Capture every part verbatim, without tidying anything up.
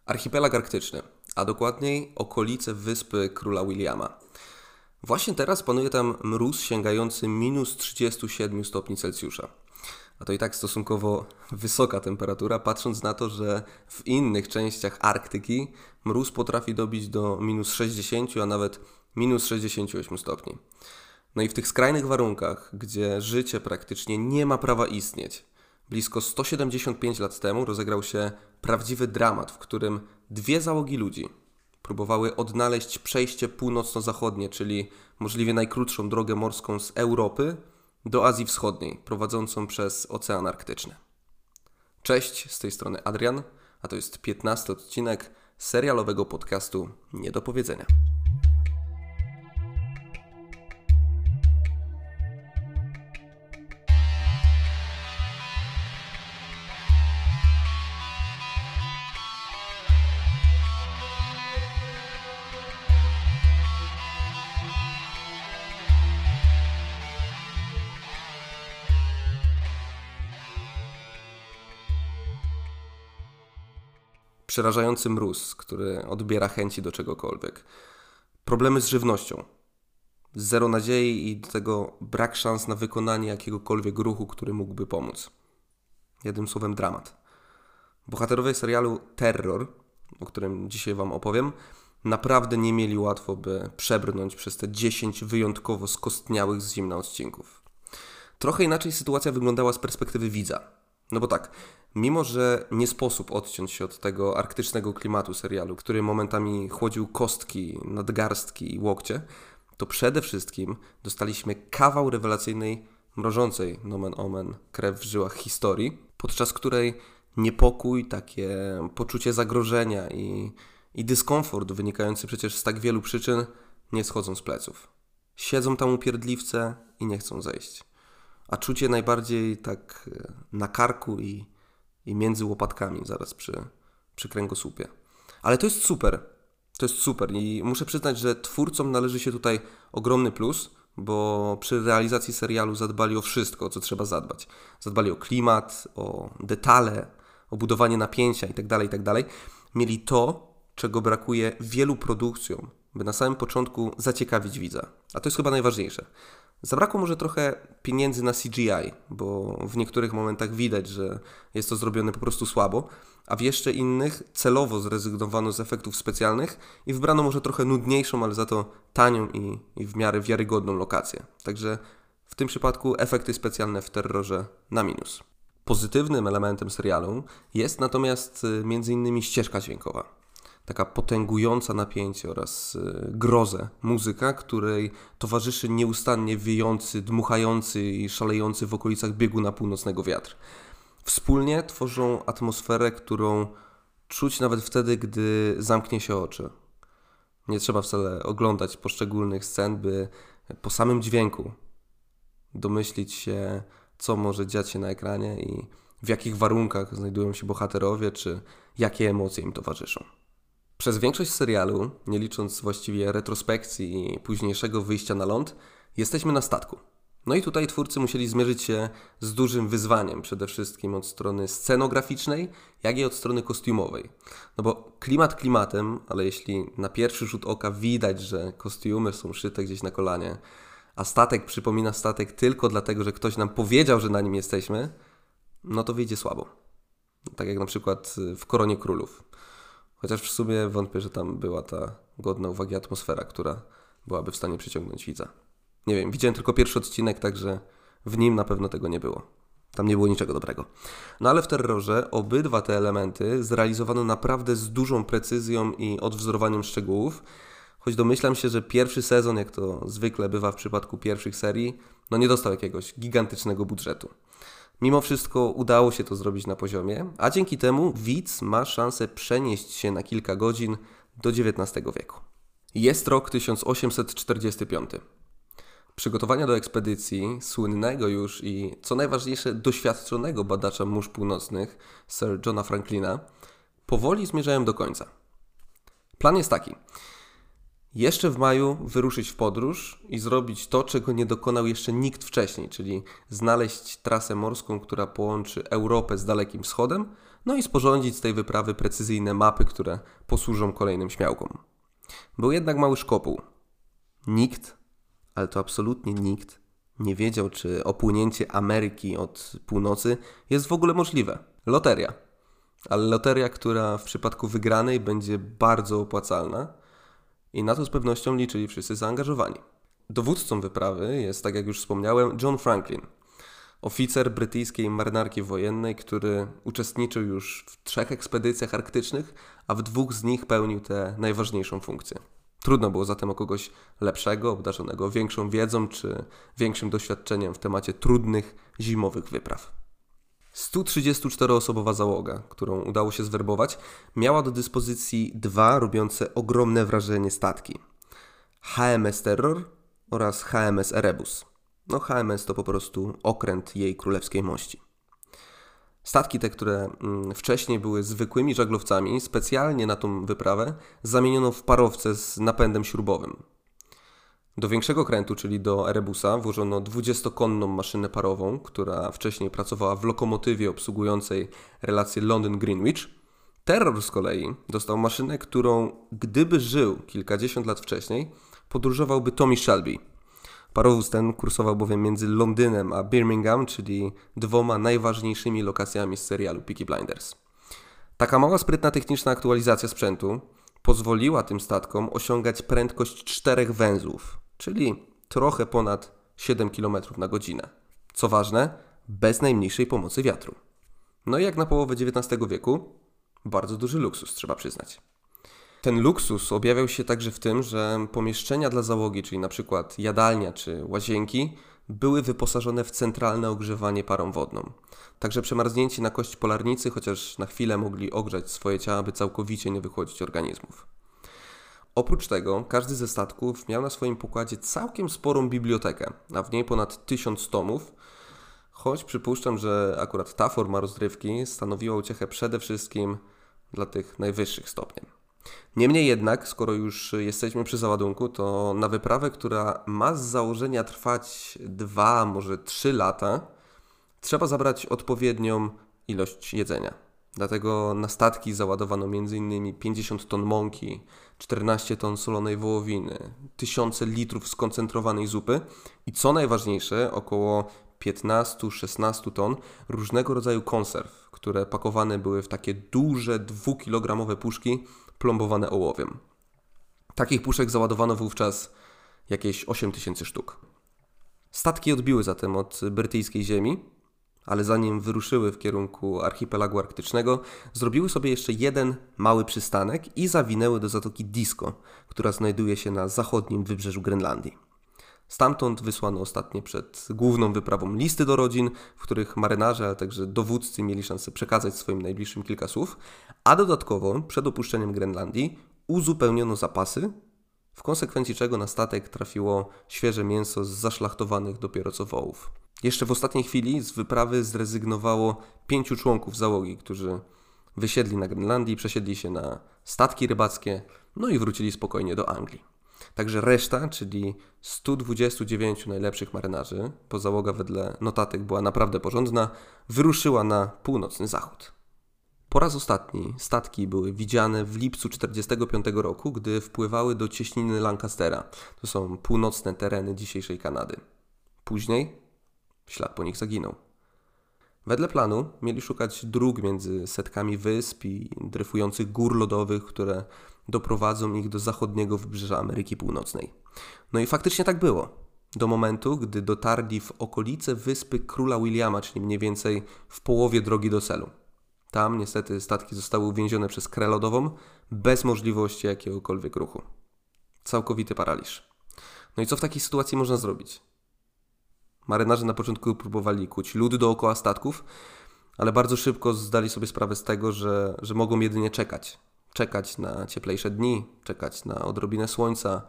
Archipelag arktyczny, a dokładniej okolice wyspy Króla Williama. Właśnie teraz panuje tam mróz sięgający minus trzydzieści siedem stopni Celsjusza. A to i tak stosunkowo wysoka temperatura, patrząc na to, że w innych częściach Arktyki mróz potrafi dobić do minus sześćdziesiąt, a nawet minus sześćdziesiąt osiem stopni. No i w tych skrajnych warunkach, gdzie życie praktycznie nie ma prawa istnieć, blisko sto siedemdziesiąt pięć lat temu rozegrał się prawdziwy dramat, w którym dwie załogi ludzi próbowały odnaleźć przejście północno-zachodnie, czyli możliwie najkrótszą drogę morską z Europy do Azji Wschodniej, prowadzącą przez Ocean Arktyczny. Cześć, z tej strony Adrian, a to jest piętnasty odcinek serialowego podcastu Nie do powiedzenia. Przerażający mróz, który odbiera chęci do czegokolwiek. Problemy z żywnością. Zero nadziei i do tego brak szans na wykonanie jakiegokolwiek ruchu, który mógłby pomóc. Jednym słowem dramat. Bohaterowie serialu Terror, o którym dzisiaj Wam opowiem, naprawdę nie mieli łatwo, by przebrnąć przez te dziesięć wyjątkowo skostniałych z zimna odcinków. Trochę inaczej sytuacja wyglądała z perspektywy widza. No bo tak, mimo że nie sposób odciąć się od tego arktycznego klimatu serialu, który momentami chłodził kostki, nadgarstki i łokcie, to przede wszystkim dostaliśmy kawał rewelacyjnej, mrożącej, nomen omen, krew w żyłach historii, podczas której niepokój, takie poczucie zagrożenia i, i dyskomfort wynikający przecież z tak wielu przyczyn nie schodzą z pleców. Siedzą tam upierdliwce i nie chcą zejść. A czucie najbardziej tak na karku i, i między łopatkami, zaraz przy, przy kręgosłupie. Ale to jest super, to jest super i muszę przyznać, że twórcom należy się tutaj ogromny plus, bo przy realizacji serialu zadbali o wszystko, o co trzeba zadbać. Zadbali o klimat, o detale, o budowanie napięcia itd., itd. Mieli to, czego brakuje wielu produkcjom, by na samym początku zaciekawić widza. A to jest chyba najważniejsze. Zabrakło może trochę pieniędzy na C G I, bo w niektórych momentach widać, że jest to zrobione po prostu słabo, a w jeszcze innych celowo zrezygnowano z efektów specjalnych i wybrano może trochę nudniejszą, ale za to tanią i, i w miarę wiarygodną lokację. Także w tym przypadku efekty specjalne w Terrorze na minus. Pozytywnym elementem serialu jest natomiast między innymi ścieżka dźwiękowa. Taka potęgująca napięcie oraz grozę muzyka, której towarzyszy nieustannie wiejący, dmuchający i szalejący w okolicach bieguna północnego wiatr. Wspólnie tworzą atmosferę, którą czuć nawet wtedy, gdy zamknie się oczy. Nie trzeba wcale oglądać poszczególnych scen, by po samym dźwięku domyślić się, co może dziać się na ekranie i w jakich warunkach znajdują się bohaterowie, czy jakie emocje im towarzyszą. Przez większość serialu, nie licząc właściwie retrospekcji i późniejszego wyjścia na ląd, jesteśmy na statku. No i tutaj twórcy musieli zmierzyć się z dużym wyzwaniem, przede wszystkim od strony scenograficznej, jak i od strony kostiumowej. No bo klimat klimatem, ale jeśli na pierwszy rzut oka widać, że kostiumy są szyte gdzieś na kolanie, a statek przypomina statek tylko dlatego, że ktoś nam powiedział, że na nim jesteśmy, no to wyjdzie słabo. Tak jak na przykład w Koronie Królów. Chociaż w sumie wątpię, że tam była ta godna uwagi atmosfera, która byłaby w stanie przyciągnąć widza. Nie wiem, widziałem tylko pierwszy odcinek, także w nim na pewno tego nie było. Tam nie było niczego dobrego. No ale w Terrorze obydwa te elementy zrealizowano naprawdę z dużą precyzją i odwzorowaniem szczegółów, choć domyślam się, że pierwszy sezon, jak to zwykle bywa w przypadku pierwszych serii, no nie dostał jakiegoś gigantycznego budżetu. Mimo wszystko udało się to zrobić na poziomie, a dzięki temu widz ma szansę przenieść się na kilka godzin do dziewiętnastego wieku. Jest rok tysiąc osiemset czterdziesty piąty. Przygotowania do ekspedycji słynnego już i, co najważniejsze, doświadczonego badacza mórz północnych, Sir Johna Franklina, powoli zmierzają do końca. Plan jest taki. Jeszcze w maju wyruszyć w podróż i zrobić to, czego nie dokonał jeszcze nikt wcześniej, czyli znaleźć trasę morską, która połączy Europę z Dalekim Wschodem, no i sporządzić z tej wyprawy precyzyjne mapy, które posłużą kolejnym śmiałkom. Był jednak mały szkopuł. Nikt, ale to absolutnie nikt, nie wiedział, czy opłynięcie Ameryki od północy jest w ogóle możliwe. Loteria. Ale loteria, która w przypadku wygranej będzie bardzo opłacalna i na to z pewnością liczyli wszyscy zaangażowani. Dowódcą wyprawy jest, tak jak już wspomniałem, John Franklin, oficer brytyjskiej marynarki wojennej, który uczestniczył już w trzech ekspedycjach arktycznych, a w dwóch z nich pełnił tę najważniejszą funkcję. Trudno było zatem o kogoś lepszego, obdarzonego większą wiedzą czy większym doświadczeniem w temacie trudnych, zimowych wypraw. sto trzydziestoczteroosobowa załoga, którą udało się zwerbować, miała do dyspozycji dwa robiące ogromne wrażenie statki. H M S Terror oraz H M S Erebus. No H M S to po prostu okręt jej królewskiej mości. Statki te, które wcześniej były zwykłymi żaglowcami, specjalnie na tą wyprawę zamieniono w parowce z napędem śrubowym. Do większego okrętu, czyli do Erebusa, włożono dwudziestokonną maszynę parową, która wcześniej pracowała w lokomotywie obsługującej relację Londyn-Greenwich. Terror z kolei dostał maszynę, którą, gdyby żył kilkadziesiąt lat wcześniej, podróżowałby Tommy Shelby. Parowóz ten kursował bowiem między Londynem a Birmingham, czyli dwoma najważniejszymi lokacjami z serialu Peaky Blinders. Taka mała, sprytna techniczna aktualizacja sprzętu pozwoliła tym statkom osiągać prędkość czterech węzłów, czyli trochę ponad siedem kilometrów na godzinę. Co ważne, bez najmniejszej pomocy wiatru. No i jak na połowę dziewiętnastego wieku, bardzo duży luksus, trzeba przyznać. Ten luksus objawiał się także w tym, że pomieszczenia dla załogi, czyli na przykład jadalnia czy łazienki, były wyposażone w centralne ogrzewanie parą wodną. Także przemarznięci na kość polarnicy chociaż na chwilę mogli ogrzać swoje ciała, by całkowicie nie wychłodzić organizmów. Oprócz tego każdy ze statków miał na swoim pokładzie całkiem sporą bibliotekę, a w niej ponad tysiąc tomów, choć przypuszczam, że akurat ta forma rozrywki stanowiła uciechę przede wszystkim dla tych najwyższych stopni. Niemniej jednak, skoro już jesteśmy przy załadunku, to na wyprawę, która ma z założenia trwać dwa, może trzy lata, trzeba zabrać odpowiednią ilość jedzenia. Dlatego na statki załadowano między innymi pięćdziesiąt ton mąki, czternaście ton solonej wołowiny, tysiące litrów skoncentrowanej zupy i co najważniejsze, około piętnaście do szesnastu ton różnego rodzaju konserw, które pakowane były w takie duże, dwukilogramowe puszki plombowane ołowiem. Takich puszek załadowano wówczas jakieś osiem tysięcy sztuk. Statki odbiły zatem od brytyjskiej ziemi, ale zanim wyruszyły w kierunku archipelagu arktycznego, zrobiły sobie jeszcze jeden mały przystanek i zawinęły do zatoki Disko, która znajduje się na zachodnim wybrzeżu Grenlandii. Stamtąd wysłano ostatnie przed główną wyprawą listy do rodzin, w których marynarze, ale także dowódcy mieli szansę przekazać swoim najbliższym kilka słów, a dodatkowo przed opuszczeniem Grenlandii uzupełniono zapasy, w konsekwencji czego na statek trafiło świeże mięso z zaszlachtowanych dopiero co wołów. Jeszcze w ostatniej chwili z wyprawy zrezygnowało pięciu członków załogi, którzy wysiedli na Grenlandii, przesiedli się na statki rybackie, no i wrócili spokojnie do Anglii. Także reszta, czyli stu dwudziestu dziewięciu najlepszych marynarzy, bo załoga wedle notatek była naprawdę porządna, wyruszyła na północny zachód. Po raz ostatni statki były widziane w lipcu tysiąc dziewięćset czterdziestego piątego roku, gdy wpływały do cieśniny Lancastera. To są północne tereny dzisiejszej Kanady. Później ślad po nich zaginął. Wedle planu mieli szukać dróg między setkami wysp i dryfujących gór lodowych, które doprowadzą ich do zachodniego wybrzeża Ameryki Północnej. No i faktycznie tak było. Do momentu, gdy dotarli w okolice wyspy Króla Williama, czyli mniej więcej w połowie drogi do celu. Tam niestety statki zostały uwięzione przez krę lodową, bez możliwości jakiegokolwiek ruchu. Całkowity paraliż. No i co w takiej sytuacji można zrobić? Marynarze na początku próbowali kuć lód dookoła statków, ale bardzo szybko zdali sobie sprawę z tego, że, że mogą jedynie czekać. Czekać na cieplejsze dni, czekać na odrobinę słońca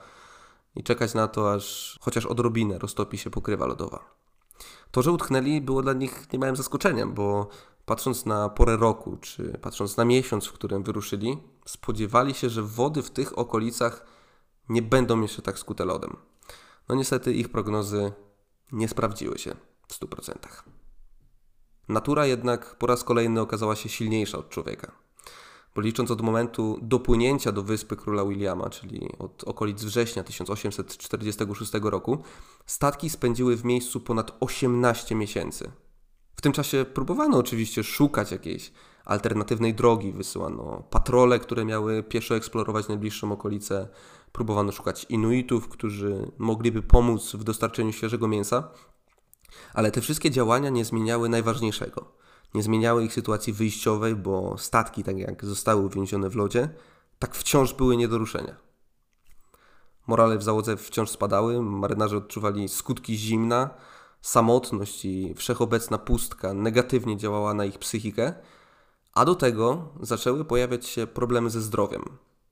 i czekać na to, aż chociaż odrobinę roztopi się pokrywa lodowa. To, że utknęli, było dla nich niemałym zaskoczeniem, bo patrząc na porę roku, czy patrząc na miesiąc, w którym wyruszyli, spodziewali się, że wody w tych okolicach nie będą jeszcze tak skute lodem. No niestety ich prognozy nie sprawdziły się w stu procentach. Natura jednak po raz kolejny okazała się silniejsza od człowieka. Bo licząc od momentu dopłynięcia do wyspy króla Williama, czyli od okolic września tysiąc osiemset czterdziestego szóstego roku, statki spędziły w miejscu ponad osiemnaście miesięcy. W tym czasie próbowano oczywiście szukać jakiejś alternatywnej drogi, wysyłano patrole, które miały pieszo eksplorować najbliższą okolicę, próbowano szukać Inuitów, którzy mogliby pomóc w dostarczeniu świeżego mięsa, ale te wszystkie działania nie zmieniały najważniejszego. Nie zmieniały ich sytuacji wyjściowej, bo statki, tak jak zostały uwięzione w lodzie, tak wciąż były nie do ruszenia. Morale w załodze wciąż spadały, marynarze odczuwali skutki zimna, samotność i wszechobecna pustka negatywnie działała na ich psychikę, a do tego zaczęły pojawiać się problemy ze zdrowiem.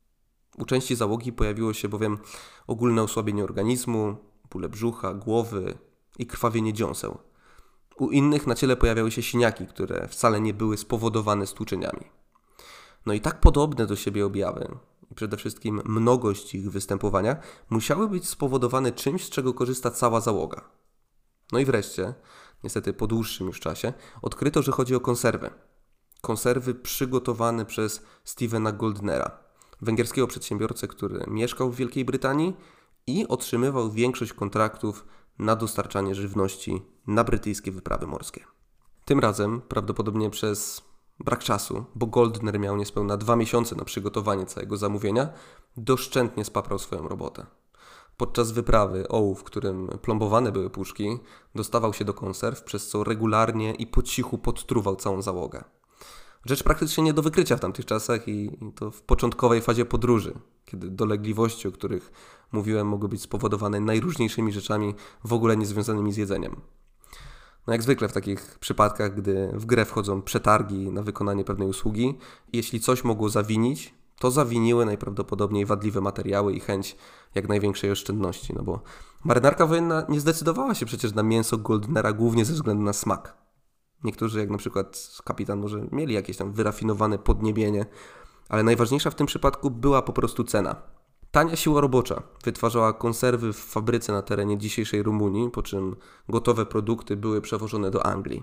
U części załogi pojawiło się bowiem ogólne osłabienie organizmu, bóle brzucha, głowy i krwawienie dziąseł. U innych na ciele pojawiały się siniaki, które wcale nie były spowodowane stłuczeniami. No i tak podobne do siebie objawy, i przede wszystkim mnogość ich występowania, musiały być spowodowane czymś, z czego korzysta cała załoga. No i wreszcie, niestety po dłuższym już czasie, odkryto, że chodzi o konserwy. Konserwy przygotowane przez Stevena Goldnera, węgierskiego przedsiębiorcę, który mieszkał w Wielkiej Brytanii i otrzymywał większość kontraktów na dostarczanie żywności na brytyjskie wyprawy morskie. Tym razem, prawdopodobnie przez brak czasu, bo Goldner miał niespełna dwa miesiące na przygotowanie całego zamówienia, doszczętnie spaprał swoją robotę. Podczas wyprawy ołów, w którym plombowane były puszki, dostawał się do konserw, przez co regularnie i po cichu podtruwał całą załogę. Rzecz praktycznie nie do wykrycia w tamtych czasach i to w początkowej fazie podróży, kiedy dolegliwości, o których mówiłem, mogły być spowodowane najróżniejszymi rzeczami w ogóle niezwiązanymi z jedzeniem. No jak zwykle w takich przypadkach, gdy w grę wchodzą przetargi na wykonanie pewnej usługi, jeśli coś mogło zawinić, to zawiniły najprawdopodobniej wadliwe materiały i chęć jak największej oszczędności, no bo marynarka wojenna nie zdecydowała się przecież na mięso Goldnera głównie ze względu na smak. Niektórzy, jak na przykład kapitan, może mieli jakieś tam wyrafinowane podniebienie, ale najważniejsza w tym przypadku była po prostu cena. Tania siła robocza wytwarzała konserwy w fabryce na terenie dzisiejszej Rumunii, po czym gotowe produkty były przewożone do Anglii.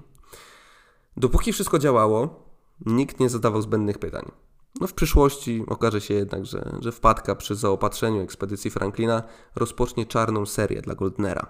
Dopóki wszystko działało, nikt nie zadawał zbędnych pytań. No w przyszłości okaże się jednak, że, że wpadka przy zaopatrzeniu ekspedycji Franklina rozpocznie czarną serię dla Goldnera.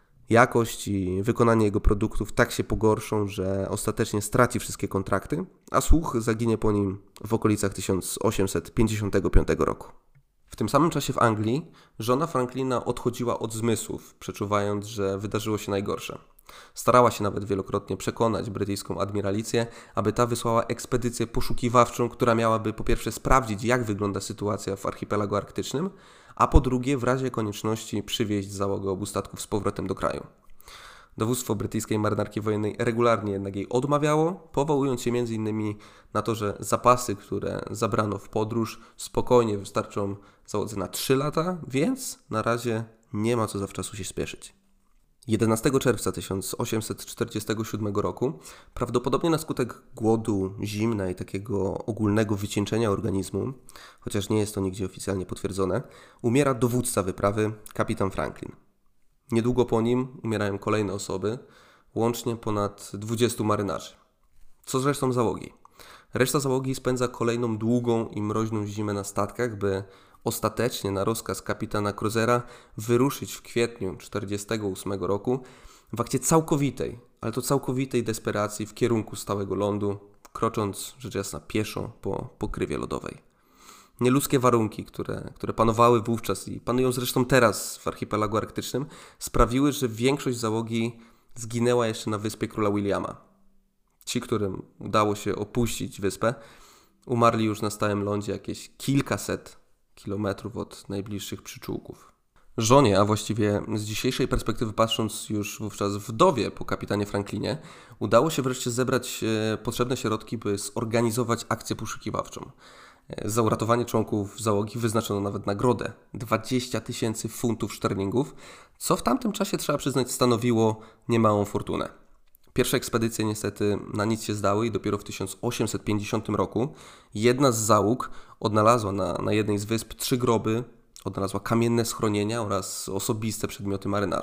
Jakość i wykonanie jego produktów tak się pogorszą, że ostatecznie straci wszystkie kontrakty, a słuch zaginie po nim w okolicach tysiąc osiemset pięćdziesiątego piątego roku. W tym samym czasie w Anglii żona Franklina odchodziła od zmysłów, przeczuwając, że wydarzyło się najgorsze. Starała się nawet wielokrotnie przekonać brytyjską admiralicję, aby ta wysłała ekspedycję poszukiwawczą, która miałaby po pierwsze sprawdzić, jak wygląda sytuacja w archipelagu arktycznym, a po drugie w razie konieczności przywieźć załogę obu statków z powrotem do kraju. Dowództwo brytyjskiej marynarki wojennej regularnie jednak jej odmawiało, powołując się między innymi na to, że zapasy, które zabrano w podróż, spokojnie wystarczą załodze na trzy lata, więc na razie nie ma co zawczasu się spieszyć. jedenastego czerwca tysiąc osiemset czterdziestego siódmego roku, prawdopodobnie na skutek głodu, zimna i takiego ogólnego wycieńczenia organizmu, chociaż nie jest to nigdzie oficjalnie potwierdzone, umiera dowódca wyprawy, kapitan Franklin. Niedługo po nim umierają kolejne osoby, łącznie ponad dwudziestu marynarzy. Co z resztą załogi? Reszta załogi spędza kolejną długą i mroźną zimę na statkach, by ostatecznie na rozkaz kapitana Crozera wyruszyć w kwietniu tysiąc osiemset czterdziestego ósmego roku w akcie całkowitej, ale to całkowitej desperacji w kierunku stałego lądu, krocząc rzecz jasna pieszo po pokrywie lodowej. Nieludzkie warunki, które, które panowały wówczas i panują zresztą teraz w archipelagu arktycznym, sprawiły, że większość załogi zginęła jeszcze na wyspie króla Williama. Ci, którym udało się opuścić wyspę, umarli już na stałym lądzie jakieś kilkaset kilometrów od najbliższych przyczółków. Żonie, a właściwie z dzisiejszej perspektywy patrząc już wówczas wdowie po kapitanie Franklinie, udało się wreszcie zebrać potrzebne środki, by zorganizować akcję poszukiwawczą. Za uratowanie członków załogi wyznaczono nawet nagrodę dwadzieścia tysięcy funtów szterlingów, co w tamtym czasie, trzeba przyznać, stanowiło niemałą fortunę. Pierwsze ekspedycje niestety na nic się zdały i dopiero w tysiąc osiemset pięćdziesiątym roku jedna z załóg odnalazła na, na jednej z wysp trzy groby, odnalazła kamienne schronienia oraz osobiste przedmioty marynarzy.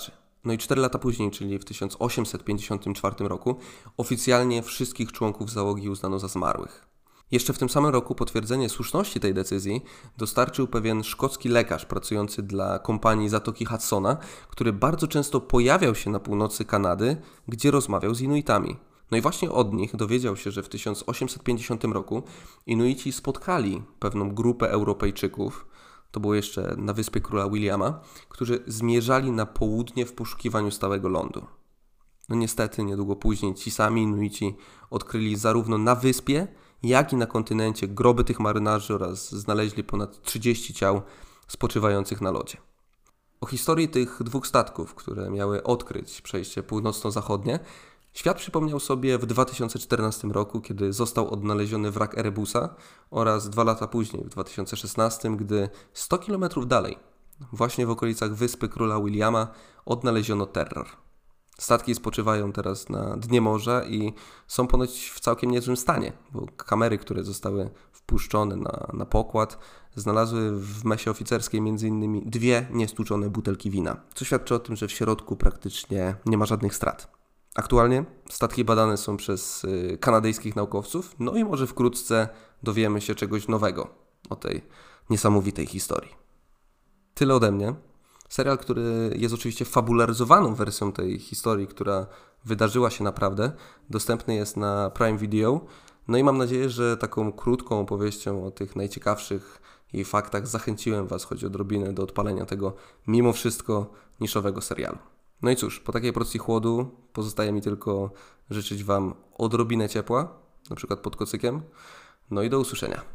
No i cztery lata później, czyli w tysiąc osiemset pięćdziesiątym czwartym roku, oficjalnie wszystkich członków załogi uznano za zmarłych. Jeszcze w tym samym roku potwierdzenie słuszności tej decyzji dostarczył pewien szkocki lekarz pracujący dla kompanii Zatoki Hudsona, który bardzo często pojawiał się na północy Kanady, gdzie rozmawiał z Inuitami. No i właśnie od nich dowiedział się, że w tysiąc osiemset pięćdziesiątym roku Inuici spotkali pewną grupę Europejczyków, to było jeszcze na wyspie Króla Williama, którzy zmierzali na południe w poszukiwaniu stałego lądu. No niestety, niedługo później ci sami Inuici odkryli zarówno na wyspie, jak i na kontynencie groby tych marynarzy oraz znaleźli ponad trzydzieści ciał spoczywających na lodzie. O historii tych dwóch statków, które miały odkryć przejście północno-zachodnie, świat przypomniał sobie w dwa tysiące czternastym roku, kiedy został odnaleziony wrak Erebusa, oraz dwa lata później, w dwa tysiące szesnastym, gdy sto kilometrów dalej, właśnie w okolicach wyspy Króla Williama, odnaleziono Terror. Statki spoczywają teraz na dnie morza i są ponoć w całkiem niezłym stanie, bo kamery, które zostały wpuszczone na, na pokład, znalazły w mesie oficerskiej między innymi dwie niestłuczone butelki wina, co świadczy o tym, że w środku praktycznie nie ma żadnych strat. Aktualnie statki badane są przez y, kanadyjskich naukowców, no i może wkrótce dowiemy się czegoś nowego o tej niesamowitej historii. Tyle ode mnie. Serial, który jest oczywiście fabularyzowaną wersją tej historii, która wydarzyła się naprawdę, dostępny jest na Prime Video. No i mam nadzieję, że taką krótką opowieścią o tych najciekawszych jej faktach zachęciłem Was choć odrobinę do odpalenia tego mimo wszystko niszowego serialu. No i cóż, po takiej porcji chłodu pozostaje mi tylko życzyć Wam odrobinę ciepła, na przykład pod kocykiem. No i do usłyszenia.